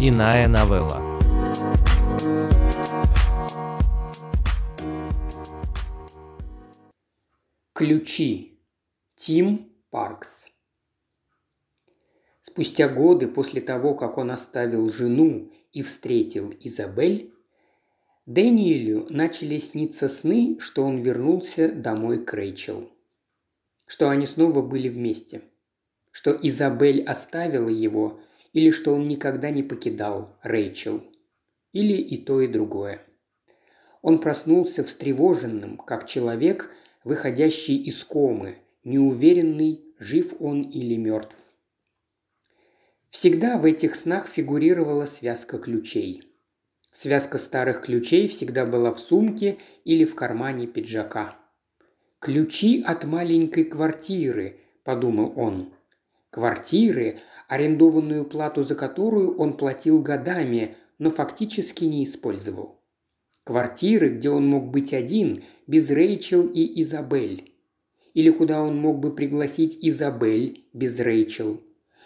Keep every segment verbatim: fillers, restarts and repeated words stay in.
Иная новелла. Ключи. Тим Паркс. Спустя годы после того, как он оставил жену и встретил Изабель, Дэниелю начали сниться сны, что он вернулся домой к Рэйчел. Что они снова были вместе. Что Изабель оставила его, или что он никогда не покидал Рэйчел. Или и то, и другое. Он проснулся встревоженным, как человек, выходящий из комы, неуверенный, жив он или мертв. Всегда в этих снах фигурировала связка ключей. Связка старых ключей всегда была в сумке или в кармане пиджака. «Ключи от маленькой квартиры», – подумал он. Квартиры, арендованную плату за которую он платил годами, но фактически не использовал. Квартиры, где он мог быть один, без Рэйчел и Изабель. Или куда он мог бы пригласить Изабель без Рэйчел.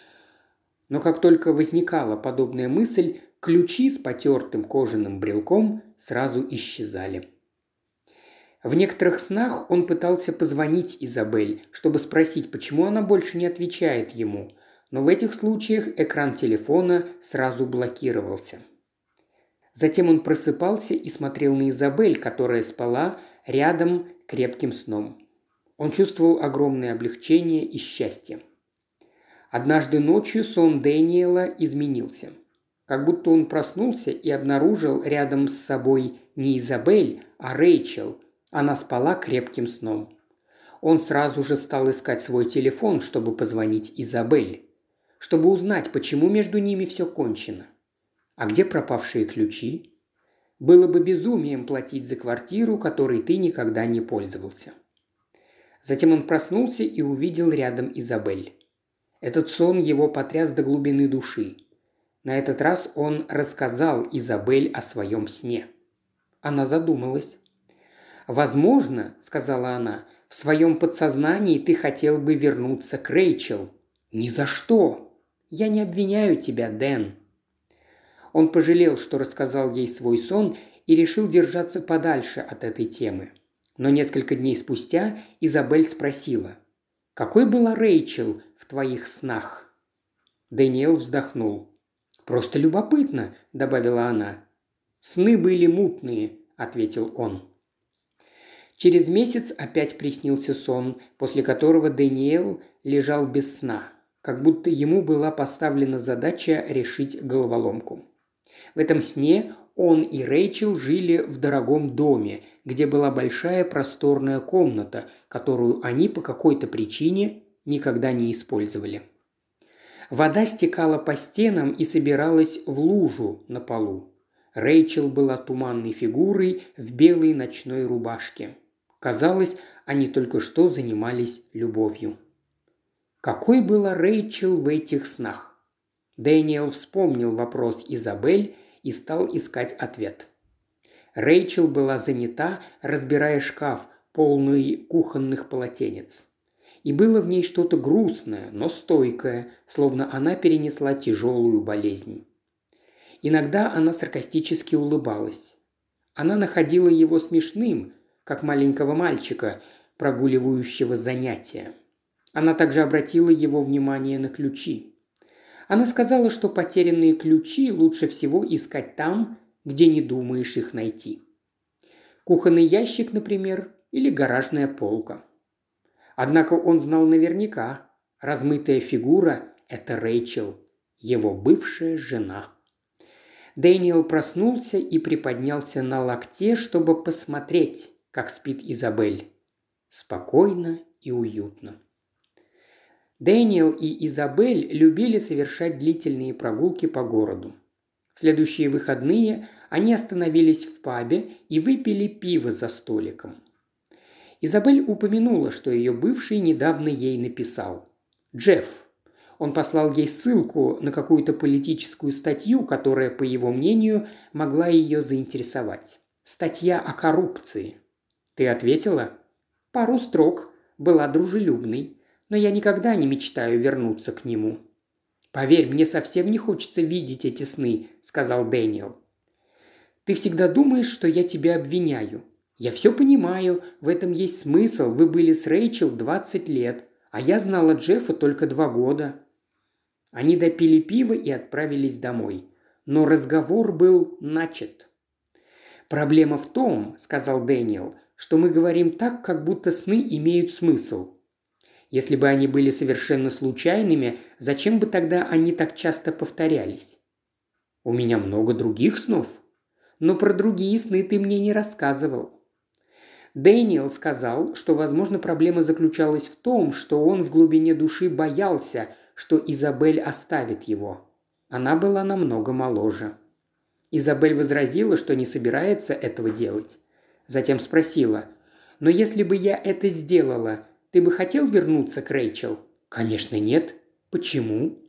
Но как только возникала подобная мысль, ключи с потертым кожаным брелком сразу исчезали. В некоторых снах он пытался позвонить Изабель, чтобы спросить, почему она больше не отвечает ему, но в этих случаях экран телефона сразу блокировался. Затем он просыпался и смотрел на Изабель, которая спала рядом крепким сном. Он чувствовал огромное облегчение и счастье. Однажды ночью сон Дэниела изменился. Как будто он проснулся и обнаружил рядом с собой не Изабель, а Рэйчел. Она спала крепким сном. Он сразу же стал искать свой телефон, чтобы позвонить Изабель. Чтобы узнать, почему между ними все кончено. А где пропавшие ключи? Было бы безумием платить за квартиру, которой ты никогда не пользовался. Затем он проснулся и увидел рядом Изабель. Этот сон его потряс до глубины души. На этот раз он рассказал Изабель о своем сне. Она задумалась. «Возможно, — сказала она, — в своем подсознании ты хотел бы вернуться к Рэйчел». «Ни за что! Я не обвиняю тебя, Дэн». Он пожалел, что рассказал ей свой сон, и решил держаться подальше от этой темы. Но несколько дней спустя Изабель спросила: «Какой была Рэйчел в твоих снах?» Дэниел вздохнул. «Просто любопытно», – добавила она. «Сны были мутные», – ответил он. Через месяц опять приснился сон, после которого Дэниел лежал без сна, как будто ему была поставлена задача решить головоломку. В этом сне он и Рэйчел жили в дорогом доме, где была большая просторная комната, которую они по какой-то причине никогда не использовали. Вода стекала по стенам и собиралась в лужу на полу. Рэйчел была туманной фигурой в белой ночной рубашке. Казалось, они только что занимались любовью. Какой была Рэйчел в этих снах? Дэниел вспомнил вопрос Изабель и стал искать ответ. Рэйчел была занята, разбирая шкаф, полный кухонных полотенец. И было в ней что-то грустное, но стойкое, словно она перенесла тяжелую болезнь. Иногда она саркастически улыбалась. Она находила его смешным, как маленького мальчика, прогуливающего занятия. Она также обратила его внимание на ключи. Она сказала, что потерянные ключи лучше всего искать там, где не думаешь их найти. Кухонный ящик, например, или гаражная полка. Однако он знал наверняка, размытая фигура – это Рэйчел, его бывшая жена. Дэниел проснулся и приподнялся на локте, чтобы посмотреть, как спит Изабель. Спокойно и уютно. Дэниел и Изабель любили совершать длительные прогулки по городу. В следующие выходные они остановились в пабе и выпили пиво за столиком. Изабель упомянула, что ее бывший недавно ей написал. Джефф. Он послал ей ссылку на какую-то политическую статью, которая, по его мнению, могла ее заинтересовать. Статья о коррупции. «Ты ответила?» «Пару строк. Была дружелюбной. Но я никогда не мечтаю вернуться к нему». «Поверь, мне совсем не хочется видеть эти сны», – сказал Дэниел. «Ты всегда думаешь, что я тебя обвиняю. Я все понимаю, в этом есть смысл, вы были с Рэйчел двадцать лет, а я знала Джеффа только два года». Они допили пиво и отправились домой. Но разговор был начат. «Проблема в том, – сказал Дэниел, – что мы говорим так, как будто сны имеют смысл. Если бы они были совершенно случайными, зачем бы тогда они так часто повторялись? У меня много других снов. Но про другие сны ты мне не рассказывал». Дэниел сказал, что, возможно, проблема заключалась в том, что он в глубине души боялся, что Изабель оставит его. Она была намного моложе. Изабель возразила, что не собирается этого делать. Затем спросила: «Но если бы я это сделала, ты бы хотел вернуться к Рэйчел?» «Конечно нет. Почему?»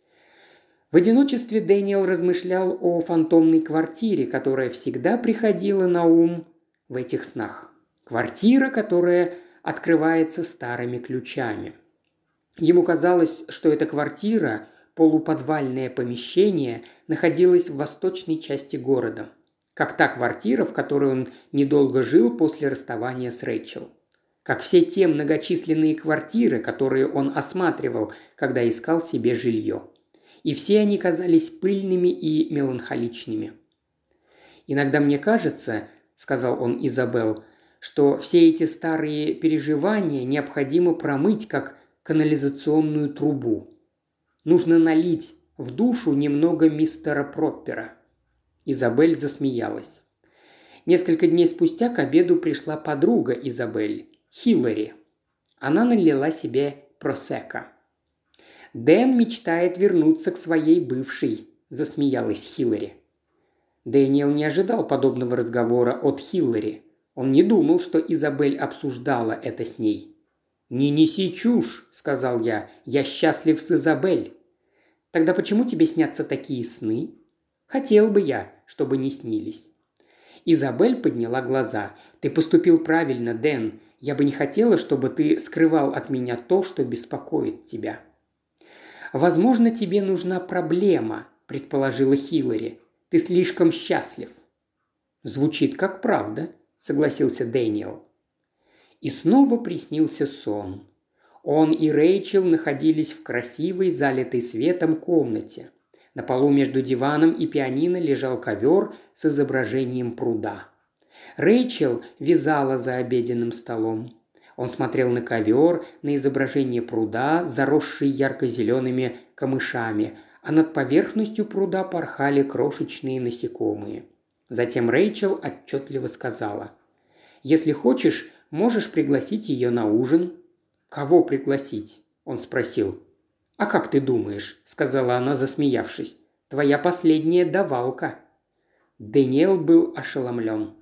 В одиночестве Дэниел размышлял о фантомной квартире, которая всегда приходила на ум в этих снах. Квартира, которая открывается старыми ключами. Ему казалось, что эта квартира, полуподвальное помещение, находилась в восточной части города. Как та квартира, в которой он недолго жил после расставания с Рэйчел. Как все те многочисленные квартиры, которые он осматривал, когда искал себе жилье. И все они казались пыльными и меланхоличными. «Иногда мне кажется, – сказал он Изабел, – что все эти старые переживания необходимо промыть, как канализационную трубу. Нужно налить в душу немного мистера Проппера». Изабель засмеялась. Несколько дней спустя к обеду пришла подруга Изабель, Хиллари. Она налила себе просекко. «Дэн мечтает вернуться к своей бывшей», – засмеялась Хиллари. Дэниел не ожидал подобного разговора от Хиллари. Он не думал, что Изабель обсуждала это с ней. «Не неси чушь», – сказал я, – «я счастлив с Изабель». «Тогда почему тебе снятся такие сны?» «Хотел бы я, чтобы не снились». Изабель подняла глаза. «Ты поступил правильно, Дэн. Я бы не хотела, чтобы ты скрывал от меня то, что беспокоит тебя». «Возможно, тебе нужна проблема», – предположила Хиллари. «Ты слишком счастлив». «Звучит как правда», – согласился Дэниел. И снова приснился сон. Он и Рэйчел находились в красивой, залитой светом комнате. На полу между диваном и пианино лежал ковер с изображением пруда. Рэйчел вязала за обеденным столом. Он смотрел на ковер, на изображение пруда, заросший ярко-зелеными камышами, а над поверхностью пруда порхали крошечные насекомые. Затем Рэйчел отчетливо сказала: «Если хочешь, можешь пригласить ее на ужин». «Кого пригласить?» – он спросил. «А как ты думаешь?» – сказала она, засмеявшись. «Твоя последняя давалка». Дэниел был ошеломлен.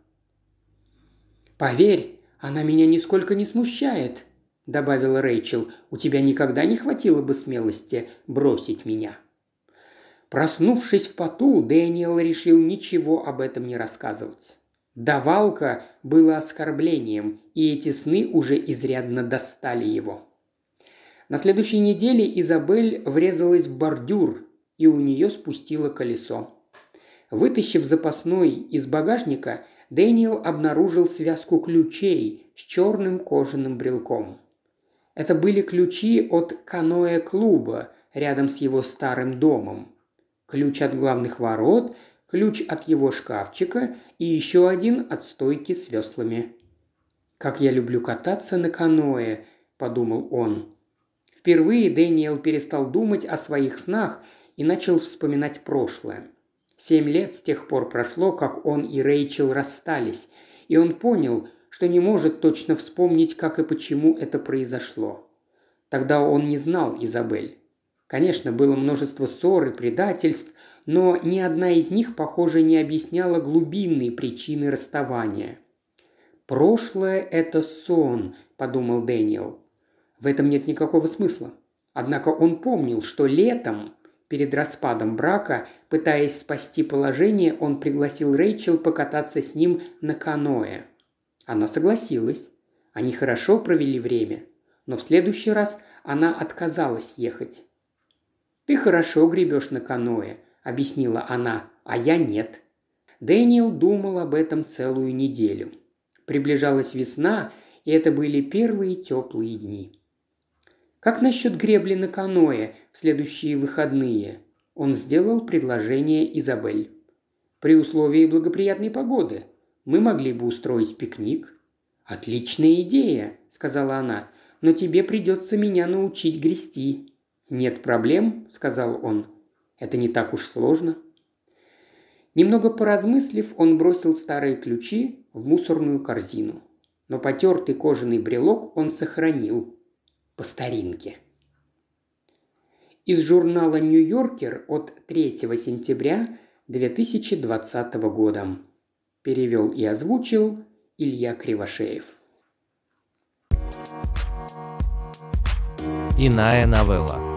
«Поверь, она меня нисколько не смущает», – добавила Рэйчел. «У тебя никогда не хватило бы смелости бросить меня». Проснувшись в поту, Дэниел решил ничего об этом не рассказывать. Давалка было оскорблением, и эти сны уже изрядно достали его. На следующей неделе Изабель врезалась в бордюр, и у нее спустило колесо. Вытащив запасной из багажника, Дэниел обнаружил связку ключей с черным кожаным брелком. Это были ключи от каноэ-клуба рядом с его старым домом. Ключ от главных ворот, ключ от его шкафчика и еще один от стойки с веслами. «Как я люблю кататься на каноэ», – подумал он. Впервые Дэниел перестал думать о своих снах и начал вспоминать прошлое. Семь лет с тех пор прошло, как он и Рэйчел расстались, и он понял, что не может точно вспомнить, как и почему это произошло. Тогда он не знал Изабель. Конечно, было множество ссор и предательств, но ни одна из них, похоже, не объясняла глубинные причины расставания. «Прошлое – это сон», – подумал Дэниел. В этом нет никакого смысла. Однако он помнил, что летом, перед распадом брака, пытаясь спасти положение, он пригласил Рэйчел покататься с ним на каноэ. Она согласилась. Они хорошо провели время, но в следующий раз она отказалась ехать. «Ты хорошо гребешь на каноэ», – объяснила она, – «а я нет». Дэниел думал об этом целую неделю. Приближалась весна, и это были первые теплые дни. «Как насчет гребли на каноэ в следующие выходные?» Он сделал предложение Изабель. «При условии благоприятной погоды. Мы могли бы устроить пикник». «Отличная идея», – сказала она, – «но тебе придется меня научить грести». «Нет проблем», – сказал он. «Это не так уж сложно». Немного поразмыслив, он бросил старые ключи в мусорную корзину. Но потертый кожаный брелок он сохранил. По старинке. Из журнала «Нью-Йоркер» от третьего сентября две тысячи двадцатого года. Перевел и озвучил Илья Кривошеев. Иная новелла.